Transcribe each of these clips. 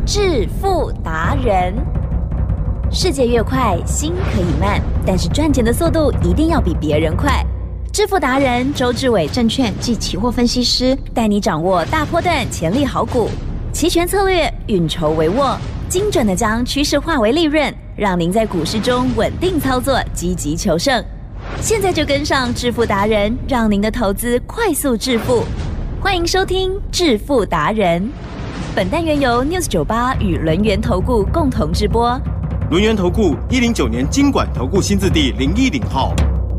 致富达人。世界越快，心可以慢，但是赚钱的速度一定要比别人快。致富达人周志伟证券及期货分析师带你掌握大波段潜力好股，期权策略运筹帷幄，精准的将趋势化为利润，让您在股市中稳定操作，积极求胜。现在就跟上致富达人，让您的投资快速致富。欢迎收听致富达人。本单元由 News 98与轮源投顾共同直播。 轮源投顾109年金管投顾新字第010号。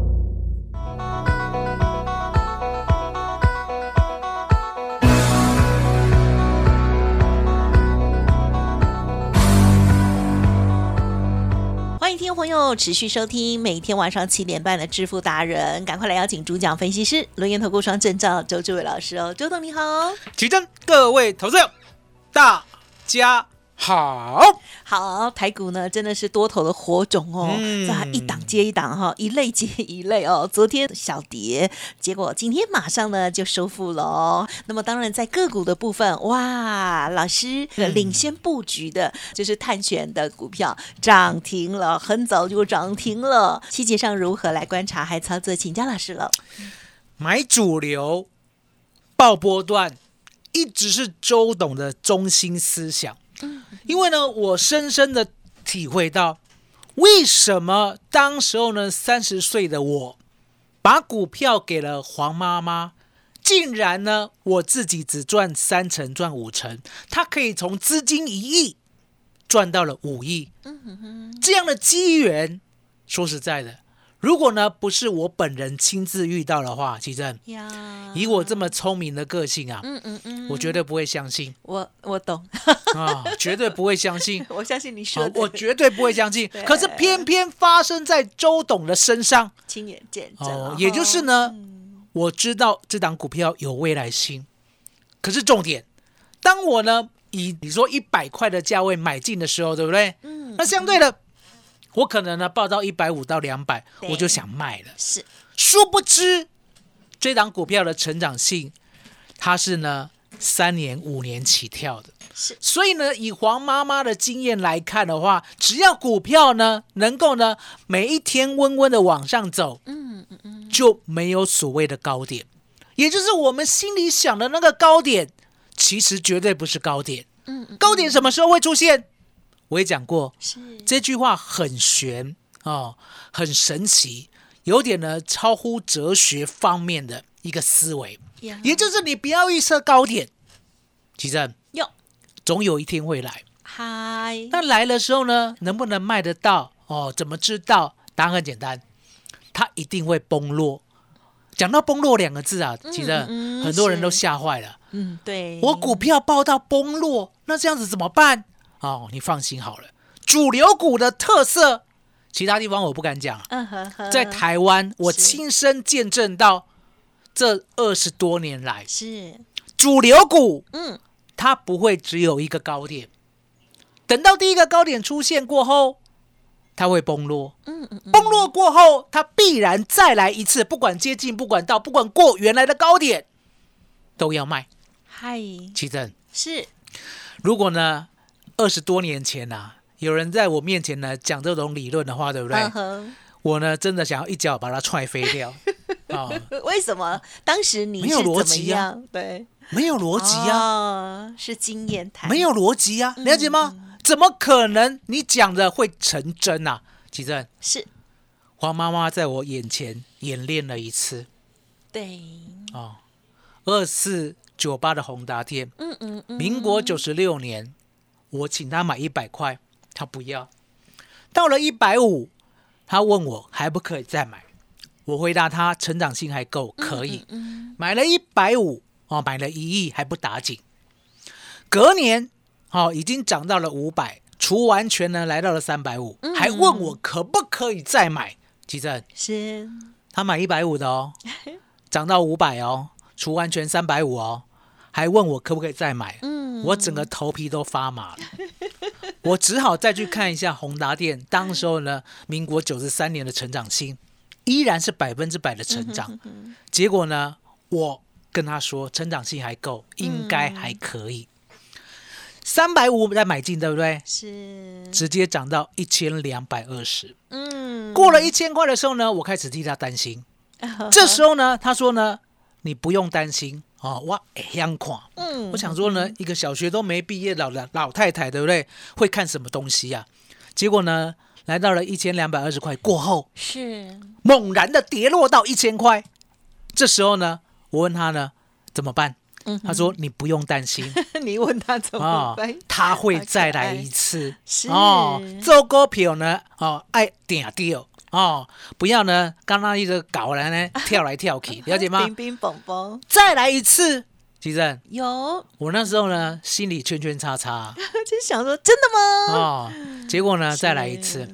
欢迎听众朋友持续收听每天晚上7点半的致富达人，赶快来邀请主讲分析师轮源投顾双证照周志伟老师哦。周董你好。 起真，各位投资者大家好。 好，台股呢真的是多头的火种哦，一档接一档哈，一类接一类哦。昨天小跌，结果今天马上呢就收复了哦。那么当然在个股的部分，哇，老师领先布局的就是探选的股票涨停了，很早就涨停了。细节上如何来观察还操作，请教老师了。 买主流，爆波段，一直是周董的中心思想。因为呢，我深深的体会到，为什么当时候呢，30岁的我把股票给了黄妈妈，竟然呢我自己只赚3成，赚5成，他可以从资金1亿赚到了5亿，这样的机缘，说实在的，如果呢不是我本人亲自遇到的话，其实以我这么聪明的个性啊，我绝对不会相信。 我懂绝对不会相信。 我相信你说的， 我绝对不会相信。可是偏偏发生在周董的身上， 亲眼见证。 也就是呢，我知道这档股票有未来性。可是重点，当我呢以你说100块的价位买进的时候，对不对？那相对的，我可能呢报到150到200，我就想卖了。 是， 殊不知这档股票的成长性，它是呢3年5年起跳的。 是， 所以呢，以黄妈妈的经验来看的话，只要股票呢能够呢每一天温温的往上走，就没有所谓的高点，也就是我们心里想的那个高点，其实绝对不是高点。高点什么时候会出现？我也讲过，这句话很玄哦，很神奇，有点呢超乎哲学方面的一个思维，也就是你不要预测高点，其实总有一天会来。那来的时候呢，能不能卖得到？怎么知道？答案很简单，它一定会崩落。讲到崩落2个字啊，其实很多人都吓坏了。 对， 我股票报到崩落，那这样子怎么办？你放心好了，主流股的特色，其他地方我不敢讲。在台湾，我亲身见证到，这20多年来， 是主流股，它不会只有一个高点，等到第一个高点出现过后，它会崩落。崩落过后，它必然再来一次，不管接近，不管到，不管过原来的高点，都要卖。奇珍是， 如果呢，20多年前啊，有人在我面前呢讲这种理论的话，对不对？我呢真的想要一脚把它踹飞掉。 为什么？当时你是怎么样？对。 没有逻辑啊， 是经验谈， 没有逻辑啊，了解吗？怎么可能你讲的会成真啊？其实是黄妈妈在我眼前演练了一次， 对 2498的宏达电，民国96年，我请他买100块，他不要，到了150，他问我还不可以再买，我回答他成长性还够，可以，买了150。买了1亿还不打紧，隔年已经涨到了500，除完权呢来到了350，还问我可不可以再买。其实是他买150的哦，涨到500哦，除完权350哦，还问我可不可以再买。我整个头皮都发麻了，我只好再去看一下宏达电，当时候呢，民国93年的成长性依然是100%的成长，结果呢，我跟他说成长性还够，应该还可以。 350再买进，对不对？ 是， 直接涨到1220。过了1000块的时候呢，我开始替他担心。这时候呢，他说呢，你不用担心哦，我会想看。我想说呢，一个小学都没毕业老太太，对不对？会看什么东西啊？结果呢，来到了1220块过后， 是猛然的跌落到1000块。这时候呢，我问他呢怎么办？他说你不用担心。 你问他怎么办？ 他会再来一次。 是做股票呢，爱定掉。不要呢，刚刚一个搞来呢，跳来跳去，了解吗？ 冰冰蹦蹦， 再来一次，其实有， 我那时候呢，心里圈圈叉叉， 就想说真的吗？ 结果呢，再来一次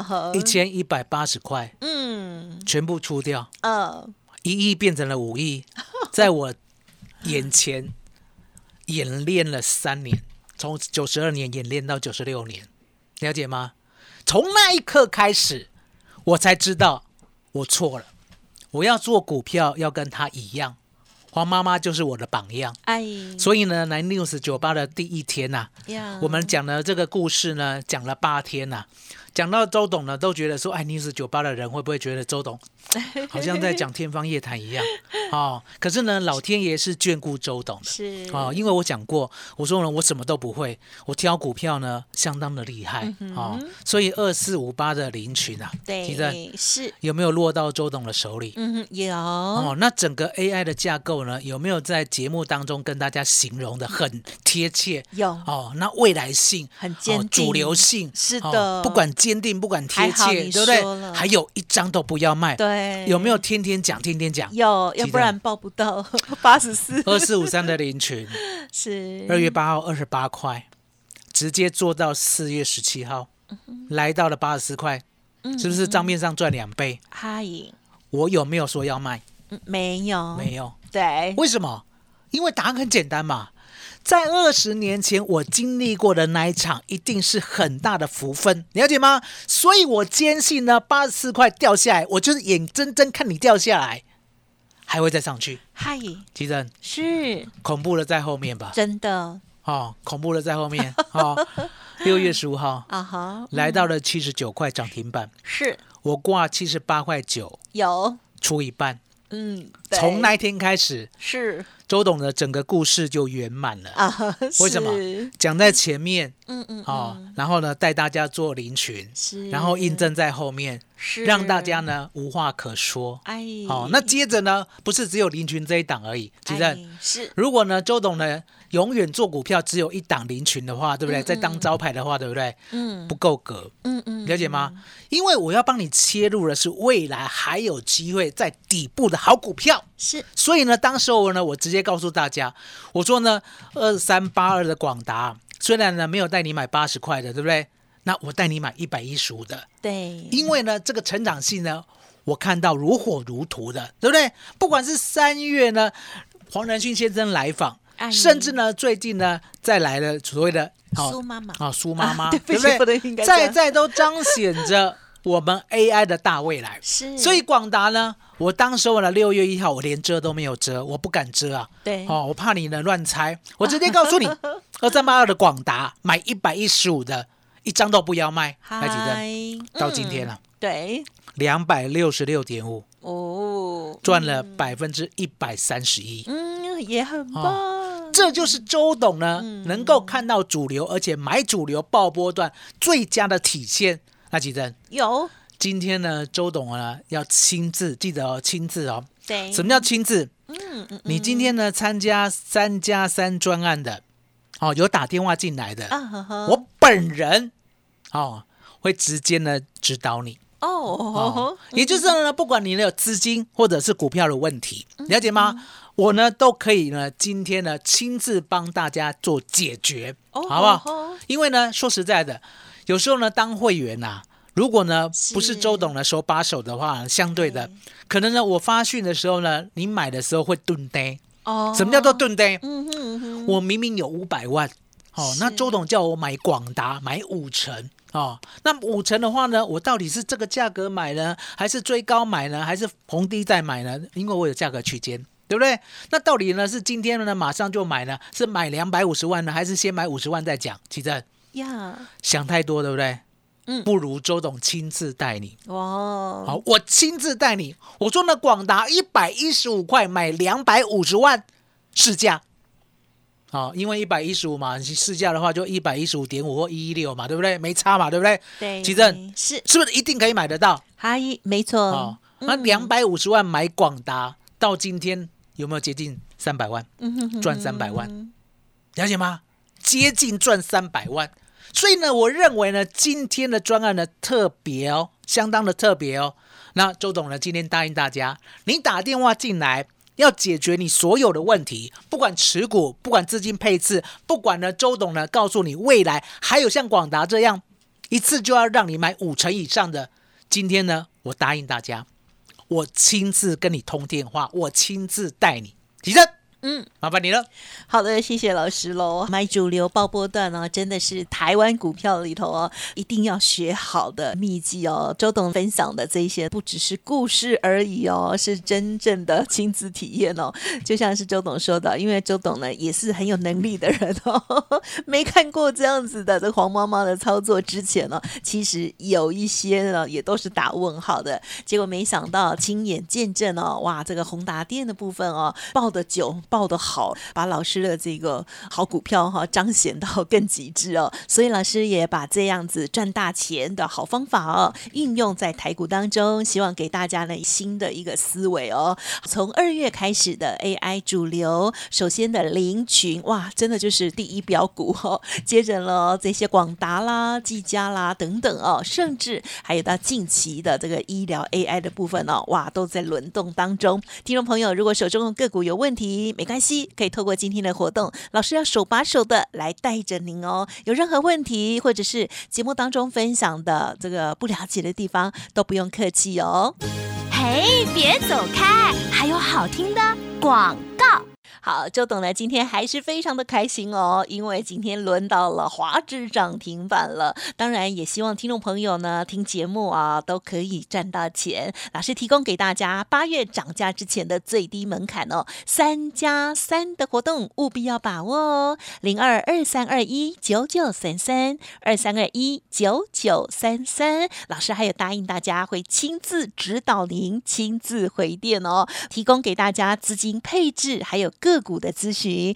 ，1180块，全部出掉，1亿变成了5亿，在我眼前演练了3年，从92年演练到96年，了解吗？从那一刻开始，我才知道我错了。我要做股票要跟他一样，黄妈妈就是我的榜样。所以呢，来 News 98的第一天呐，我们讲了这个故事呢，讲了8天呐。讲到周董呢，都觉得说，哎 ，News 98的人会不会觉得周董好像在讲天方夜谭一样？可是呢，老天爷是眷顾周董的， 是因为我讲过，我说呢，我什么都不会，我挑股票呢相当的厉害所以2458的林群啊， 对，是有没有落到周董的手里？ 有那整个 AI 的架构呢，有没有在节目当中跟大家形容的很贴切？ 有那未来性很坚定， 主流性是的， 不管坚定，不管贴切，对不对？还有一张都不要卖， 对， 有没有天天讲？天天讲， 有，要不然报不到 8453的林群是 2月8号28块，直接做到4月17号，来到了84块，是不是账面上赚2倍？我有没有说要卖？ 没有， 没有。 对， 为什么？因为答案很简单嘛。在20年前我经历过的那一场一定是很大的福分，了解吗？所以我坚信呢，84块掉下来，我就是眼睁睁看你掉下来，还会再上去。其实是恐怖的在后面吧？ 真的恐怖的在后面6月15号来到了79块涨停板， 是我挂78块9， 有出一半。从那一天开始， 是周董的整个故事就圆满了为什么？讲在前面，然后呢带大家做林群，然后印证在后面，让大家呢无话可说。那接着呢，不是只有林群这一档而已，其实是如果呢周董呢永远做股票只有一档林群的话，对不对？在当招牌的话，对不对？不够格，了解吗？因为我要帮你切入的是未来还有机会在底部的好股票，所以呢，当时候呢，我直接告诉大家，我说呢，2382的广达，虽然呢没有带你买80块的，对不对？那我带你买115的， 对， 因为呢这个成长性呢，我看到如火如荼的，对不对？不管是3月呢，黄仁勋先生来访。甚至呢，最近呢，再来了所谓的苏妈妈苏妈妈，对不对？再都彰显着我们 AI 的大未来。所以广达呢，我当时候呢6月1号，我连遮都没有遮，我不敢遮啊。 对， 我怕你呢乱猜，我直接告诉你，2382的广达买115的，一张都不要卖，来几张？到今天了， 对 ，266.5赚了131%， 也很棒。 这就是周董呢能够看到主流，而且买主流爆波段最佳的体现。那几珍有， 今天呢，周董呢要亲自，记得亲自对， 什么叫亲自？你今天呢参加3+3专案的，有打电话进来的，我本人会直接呢指导你。也就是呢，不管你有资金或者是股票的问题，了解吗？我呢都可以呢，今天呢亲自帮大家做解决，好不好？因为呢，说实在的，有时候呢当会员如果呢不是周董呢手把手的话，相对的，可能呢我发讯的时候呢，你买的时候会顿呆。什么叫做顿呆？我明明有500万，那周董叫我买广达，买5成。那5成的话呢，我到底是这个价格买呢，还是追高买呢，还是逢低再买呢？因为我有价格区间， 对不对？那到底呢是今天呢马上就买呢，是买250万呢，还是先买50万再讲？奇正呀， 想太多，对不对？不如周董亲自带你。 哇， 好，我亲自带你。我说呢，广达115块买250万市价。好，因为115嘛，市价的话就115.5或116嘛，对不对？没差嘛，对不对？ 对， 奇正是不是一定可以买得到？ 还没错。 哦，那250万买广达，到今天有没有接近300万？赚300万，了解吗？接近赚300万。所以呢，我认为呢，今天的专案呢特别哦，相当的特别哦。那周董呢，今天答应大家，你打电话进来，要解决你所有的问题，不管持股，不管资金配置，不管呢，周董呢告诉你未来还有像广达这样一次就要让你买5成以上的。今天呢，我答应大家，我亲自跟你通电话，我亲自带你，提升。麻烦你了。 好的，谢谢老师喽。买主流爆波段呢，真的是台湾股票里头哦，一定要学好的秘籍哦。周董分享的这些不只是故事而已哦，是真正的亲自体验哦。就像是周董说的，因为周董呢也是很有能力的人哦，没看过这样子的这黄妈妈的操作之前呢，其实有一些呢也都是打问号的。结果没想到亲眼见证哦，哇，这个宏达电的部分哦，抱得久。报得好，把老师的这个好股票彰显到更极致哦，所以老师也把这样子赚大钱的好方法哦运用在台股当中，希望给大家呢新的一个思维哦。从2月开始的 AI 主流，首先的凌群，哇，真的就是第一标股哦，接着了这些广达啦、技嘉啦等等哦，甚至还有到近期的这个医疗 AI 的部分哦，哇，都在轮动当中。听众朋友，如果手中的个股有问题，没关系，可以透过今天的活动，老师要手把手的来带着您哦。有任何问题，或者是节目当中分享的这个不了解的地方，都不用客气哦。 嘿，别走开，还有好听的广告。 好，周董呢今天还是非常的开心哦，因为今天轮到了华指涨停板了。当然也希望听众朋友呢听节目啊都可以赚到钱。老师提供给大家8月涨价之前的最低门槛哦，3+3的活动务必要把握哦。0223219933，23219933，老师还有答应大家会亲自指导您，亲自回电哦，提供给大家资金配置还有个股的咨询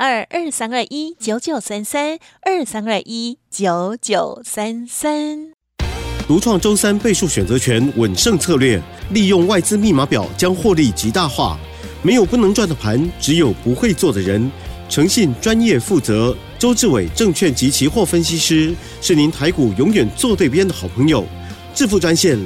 ，0223219933，23219933。 独创周3倍数选择权稳胜策略，利用外资密码表将获利极大化。没有不能赚的盘，只有不会做的人。诚信、专业、负责，周志伟证券及期货分析师是您台股永远坐对边的好朋友。致富专线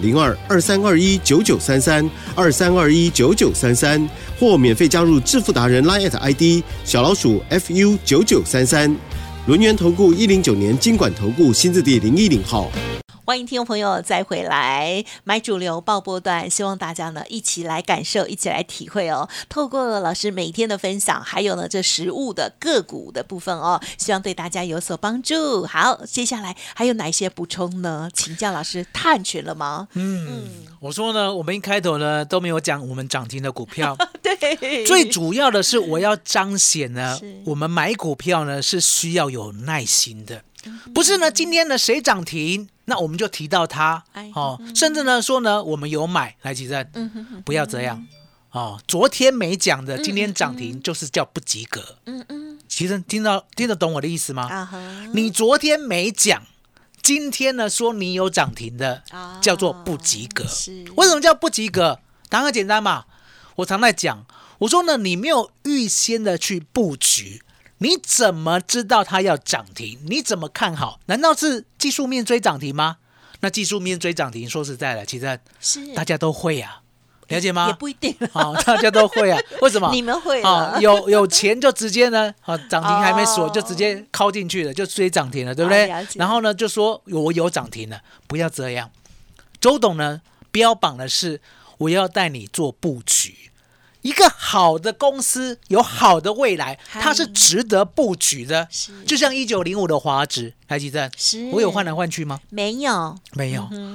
02-2321-9933，2321-9933，或免费加入致富达人 LINE@ ID 小老鼠 FU9933。轮源投顾109年金管投顾新字第010号。 欢迎听众朋友再回来买主流爆波段，希望大家呢一起来感受，一起来体会哦。透过了老师每天的分享，还有呢这实物的个股的部分哦，希望对大家有所帮助。好，接下来还有哪些补充呢？请教老师，碳权了吗？ 我说呢，我们一开头呢都没有讲我们涨停的股票， 对， 最主要的是我要彰显呢，我们买股票呢是需要有耐心的。不是呢，今天呢谁涨停，那我们就提到它哦，甚至呢说呢我们有买来奇正，不要这样哦。昨天没讲的，今天涨停就是叫不及格。奇正听得懂我的意思吗？你昨天没讲，今天呢说你有涨停的，叫做不及格。为什么叫不及格？答案很简单嘛，我常在讲，我说呢你没有预先的去布局。你怎么知道它要涨停？你怎么看好？难道是技术面追涨停吗？那技术面追涨停，说实在的，其实大家都会啊，了解吗？ 也不一定大家都会啊。为什么？ 你们会啊？ 有钱就直接呢，涨停还没锁就直接敲进去了，就追涨停了，对不对？然后呢，就说我有涨停了，不要这样。周董呢，标榜的是我要带你做布局。一个好的公司有好的未来，它是值得布局的。就像1905的华指，台积电，我有换来换去吗？ 没有。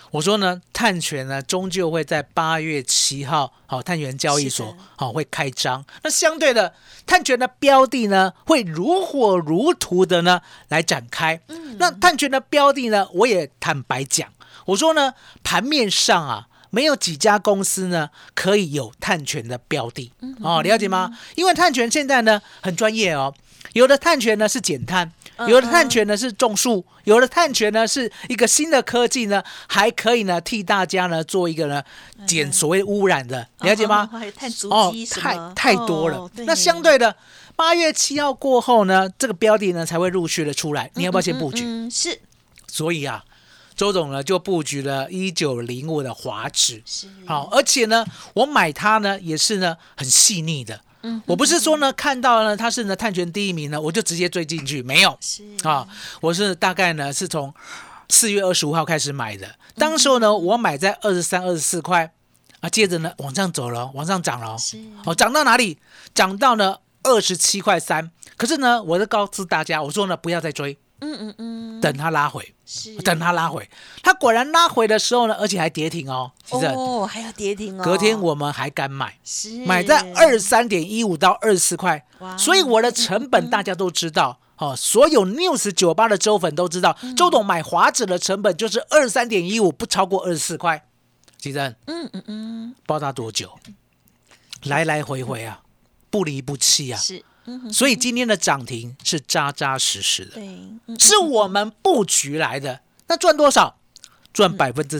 我说呢，碳权呢终究会在8月7号，碳权交易所会开张。那相对的，碳权的标的呢会如火如荼的呢来展开。那碳权的标的呢，我也坦白讲，我说呢，盘面上啊，没有几家公司呢可以有碳权的标的。了解吗？因为碳权现在呢很专业哦，有的碳权呢是减碳。有的碳权呢是种树，有的碳权呢是一个新的科技呢，还可以呢替大家呢做一个呢减所谓污染的，了解吗？ 碳足迹太多了。那相对的，8月7号过后呢，这个标的呢才会陆续的出来，你要不要先布局？ 是。 所以啊，周总呢就布局了1905的华指，好，而且呢我买它呢也是呢很细腻的。我不是说呢看到呢它是呢碳权第一名呢我就直接追进去，没有我是大概呢是从4月25号开始买的，当时候呢我买在23、24块接着呢往上走了，往上涨了涨到哪里？涨到呢27块3，可是呢我就告诉大家，我说呢不要再追，等它拉回，等它拉回，它果然拉回的时候呢，而且还跌停哦， 还要跌停哦， 隔天我们还敢买，买在23.15到24块，所以我的成本大家都知道。所有 News 98的周粉都知道，周董买华指的成本就是 23.15， 不超过24块。吉正，报答多久？来来回回啊，不离不弃啊。所以今天的涨停是扎扎实实的，是我们布局来的。那赚多少？赚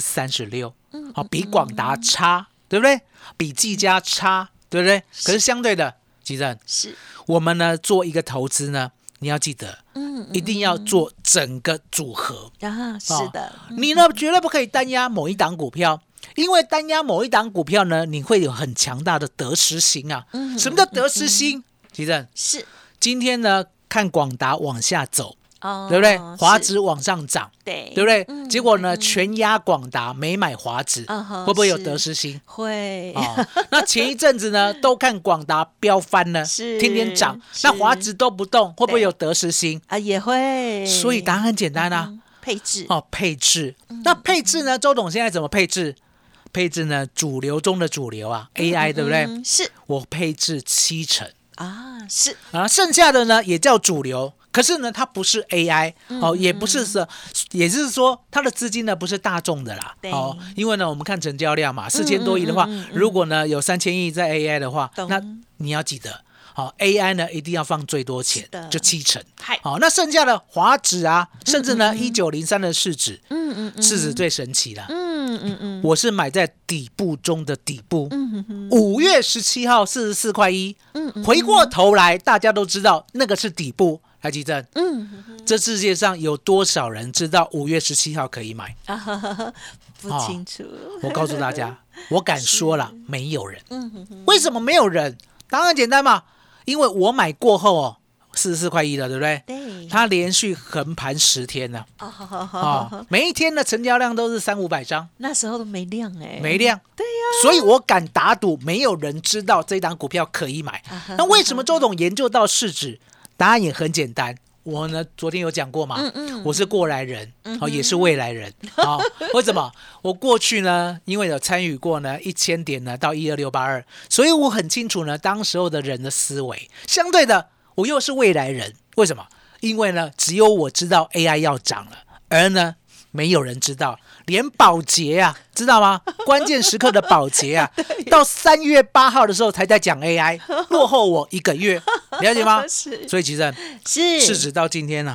36%，比广达差，对不对？比技嘉差，对不对？可是相对的，吉正， 是我们呢做一个投资呢，你要记得，一定要做整个组合是的， 你呢绝对不可以单压某一档股票。因为单压某一档股票呢，你会有很强大的得失心啊。什么叫得失心？其正是今天呢，看广达往下走，对不对？华指往上涨，对不对？结果呢，全压广达，没买华指，会不会有得失心？ 会。 那前一阵子呢，都看广达飙翻了，天天涨，那华指都不动，会不会有得失心？ 也会。 所以答案很简单啊， 配置配置。那配置呢？周董现在怎么配置？配置呢，主流中的主流啊 ，AI 对不对？ 是我配置70% 是剩下的呢也叫主流，可是呢它不是 AI 也不是也就是说它的资金呢不是大众的啦因为呢我们看成交量嘛，4000多亿的话，如果呢有3000亿在 AI 的话，那你要记得。AI 呢一定要放最多钱，就70%。那剩下的华指啊，甚至呢1903的市值，市值最神奇了。我是买在底部中的底部。5月17号44块1，回过头来大家都知道那个是底部。台积电，这世界上有多少人知道5月17号可以买？ 不清楚。 我告诉大家，我敢说了，没有人。为什么没有人？答案简单嘛。因为我买过后44块1了，对不对？ 对， 它连续横盘10天了。每一天的成交量都是300-500张。 那时候都没量没量。 对呀。 所以我敢打赌，没有人知道这档股票可以买。那为什么周董研究到市值？答案也很简单。我呢，昨天有讲过嘛，我是过来人，也是未来人。为什么？我过去呢，因为有参与过呢1000点呢到12682，所以我很清楚呢当时候的人的思维。相对的，我又是未来人，为什么？因为呢，只有我知道 AI 要涨了，而呢没有人知道，连宝洁啊，知道吗？关键时刻的宝洁啊，到3月8号的时候才在讲 AI， 落后我1个月，了解吗？所以其实市值到今天呢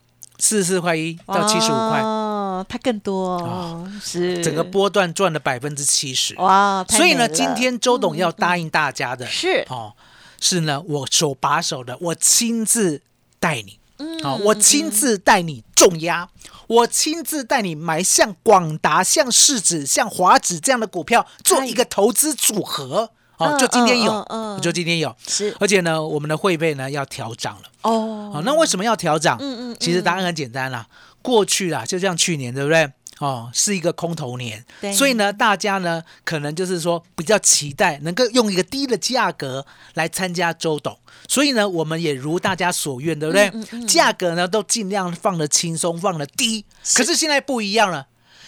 ，44块1到75块， 它更多是整个波段赚了70%， 哇！ 所以呢，今天周董要答应大家的是呢，我手把手的，我亲自带你，我亲自带你重压。我亲自带你买像广达、像市指、像华指这样的股票，做一个投资组合。就今天有，就今天有。 是， 而且呢，我们的会费呢要调涨了。那为什么要调涨？其实答案很简单啦。过去啦，就像去年，对不对？是一个空头年，所以呢，大家呢可能就是说比较期待能够用一个低的价格来参加周董，所以呢，我们也如大家所愿，对不对？价格呢都尽量放得轻松，放得低。可是现在不一样了，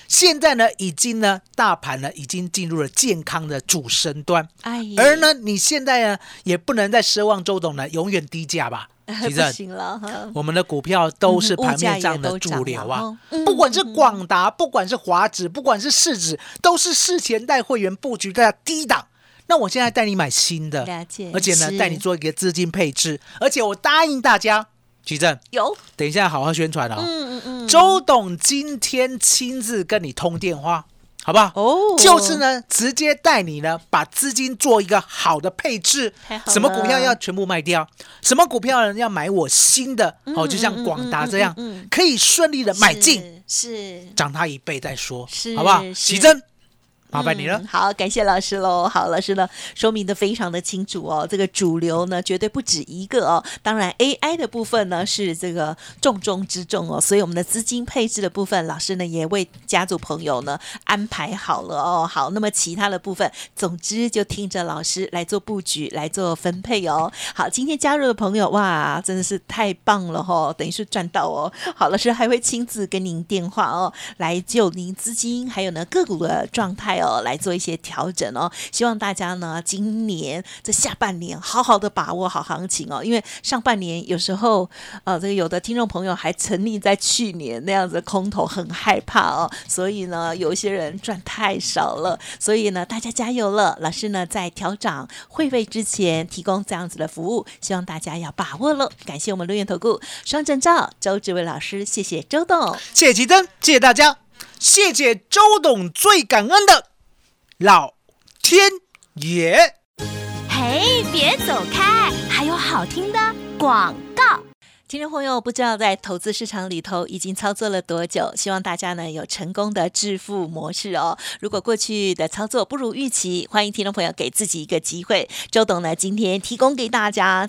现在呢，已经呢，大盘呢已经进入了健康的主升段， 哎， 而呢，你现在呢也不能再奢望周董呢永远低价吧？ 不行了哈， 我们的股票都是盘面上的主流啊，不管是广达，不管是华指，不管是市指，都是事前带会员布局在低档。那我现在带你买新的，而且呢带你做一个资金配置，而且我答应大家，举证有， 等一下好好宣传哦。周董今天亲自跟你通电话。好不好？就是呢，直接带你呢，把资金做一个好的配置。什么股票要全部卖掉？什么股票呢要买我新的？就像广达这样，可以顺利的买进， 是涨它1倍再说，好不好？奇珍。麻烦你了， 好，感谢老师喽。好，老师呢说明的非常的清楚哦。这个主流呢绝对不止一个哦。当然 AI 的部分呢是这个重中之重哦，所以我们的资金配置的部分，老师呢也为家族朋友呢安排好了哦。好，那么其他的部分，总之就听着老师来做布局，来做分配哦。好，今天加入的朋友，哇，真的是太棒了哦，等于是赚到哦。好，老师还会亲自跟您电话哦，来就您资金还有呢个股的状态来做一些调整哦，希望大家呢今年这下半年好好的把握好行情哦，因为上半年有时候这个有的听众朋友还沉溺在去年那样子空头，很害怕哦，所以呢有一些人赚太少了，所以呢大家加油了。老师呢在调涨会费之前提供这样子的服务，希望大家要把握了。感谢我们陆源投顾双证照周志伟老师，谢谢周董， 谢谢奇珍，谢谢大家，谢谢周董，最感恩的老天爷。 嘿，别走开，还有好听的广告。 听众朋友，不知道在投资市场里头已经操作了多久，希望大家呢有成功的致富模式哦。如果过去的操作不如预期，欢迎听众朋友给自己一个机会。周董呢今天提供给大家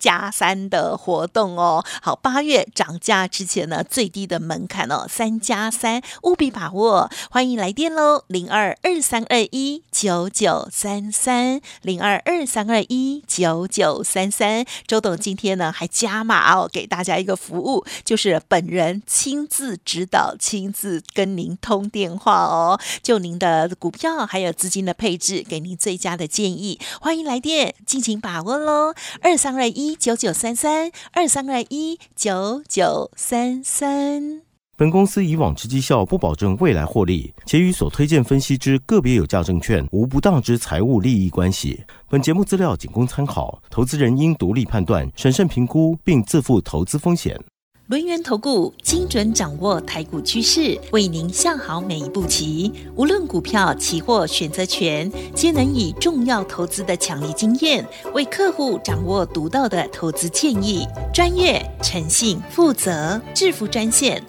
3+3的活动哦。好，8月涨价之前呢最低的门槛哦，3+3，务必把握。欢迎来电喽，0223219933 0223219933。周董今天呢还加码哦，给大家一个服务，就是本人亲自指导，亲自跟您通电话哦，就您的股票还有资金的配置，给您最佳的建议。欢迎来电，尽情把握喽，23219933 23219933。 本公司以往之绩效不保证未来获利，且与所推荐分析之个别有价证券无不当之财务利益关系。本节目资料仅供参考，投资人应独立判断、审慎评估，并自负投资风险。 轮源投顾精准掌握台股趋势，为您下好每一步棋。无论股票、期货、选择权，皆能以重要投资的强力经验，为客户掌握独到的投资建议。专业、诚信、负责，致富专线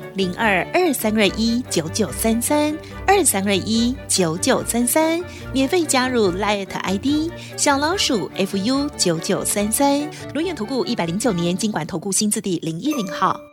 0223219933 23219933，免费加入 LINE ID 小老鼠 FU9933。轮源投顾109年金管投顾新字第010号。